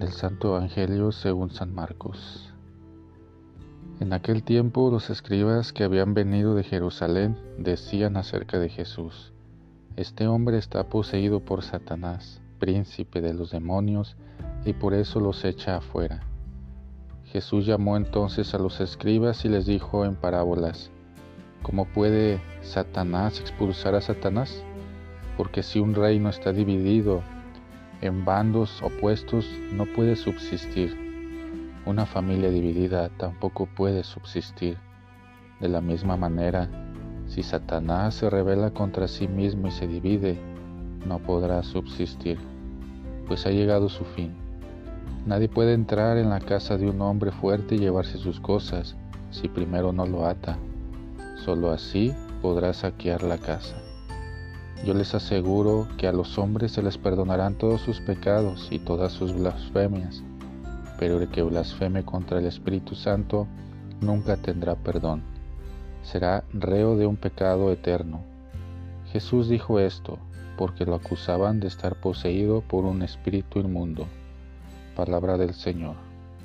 Del Santo Evangelio según San Marcos. En aquel tiempo los escribas que habían venido de Jerusalén decían acerca de Jesús: Este hombre está poseído por Satanás, príncipe de los demonios, y por eso los echa afuera. Jesús llamó entonces a los escribas y les dijo en parábolas: ¿Cómo puede Satanás expulsar a Satanás? Porque si un reino está dividido en bandos opuestos, no puede subsistir. Una familia dividida tampoco puede subsistir. De la misma manera, si Satanás se rebela contra sí mismo y se divide, no podrá subsistir, pues ha llegado su fin. Nadie puede entrar en la casa de un hombre fuerte y llevarse sus cosas, si primero no lo ata. Solo así podrá saquear la casa. Yo les aseguro que a los hombres se les perdonarán todos sus pecados y todas sus blasfemias, pero el que blasfeme contra el Espíritu Santo nunca tendrá perdón. Será reo de un pecado eterno. Jesús dijo esto porque lo acusaban de estar poseído por un espíritu inmundo. Palabra del Señor.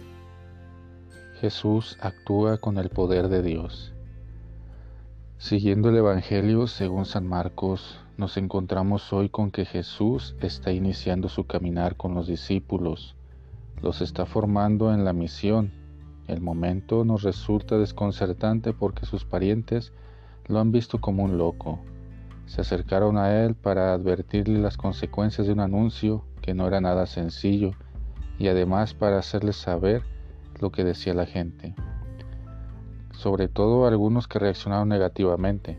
Jesús actúa con el poder de Dios. Siguiendo el Evangelio según San Marcos, nos encontramos hoy con que Jesús está iniciando su caminar con los discípulos. Los está formando en la misión. El momento nos resulta desconcertante porque sus parientes lo han visto como un loco. Se acercaron a él para advertirle las consecuencias de un anuncio que no era nada sencillo y además para hacerles saber lo que decía la gente. Sobre todo algunos que reaccionaron negativamente.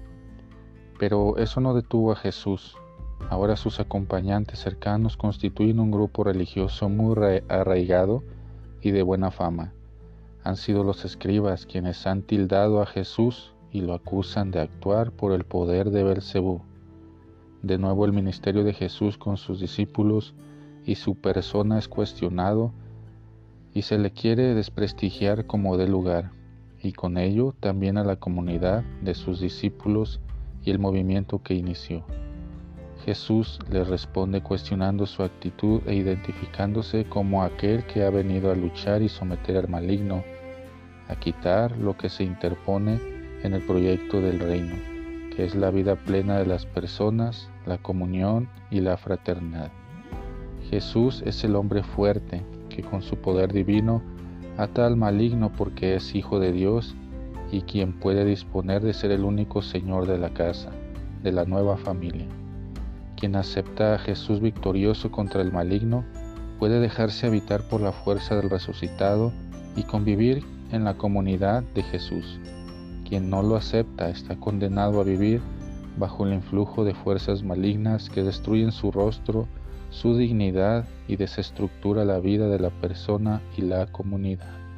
Pero eso no detuvo a Jesús. Ahora sus acompañantes cercanos constituyen un grupo religioso muy arraigado y de buena fama. Han sido los escribas quienes han tildado a Jesús y lo acusan de actuar por el poder de Beelzebú. De nuevo el ministerio de Jesús con sus discípulos y su persona es cuestionado y se le quiere desprestigiar como de lugar, y con ello también a la comunidad de sus discípulos y el movimiento que inició. Jesús les responde cuestionando su actitud e identificándose como aquel que ha venido a luchar y someter al maligno, a quitar lo que se interpone en el proyecto del reino, que es la vida plena de las personas, la comunión y la fraternidad. Jesús es el hombre fuerte que con su poder divino ata al maligno porque es hijo de Dios y quien puede disponer de ser el único Señor de la casa, de la nueva familia. Quien acepta a Jesús victorioso contra el maligno puede dejarse habitar por la fuerza del resucitado y convivir en la comunidad de Jesús. Quien no lo acepta está condenado a vivir bajo el influjo de fuerzas malignas que destruyen su rostro, su dignidad y desestructura la vida de la persona y la comunidad.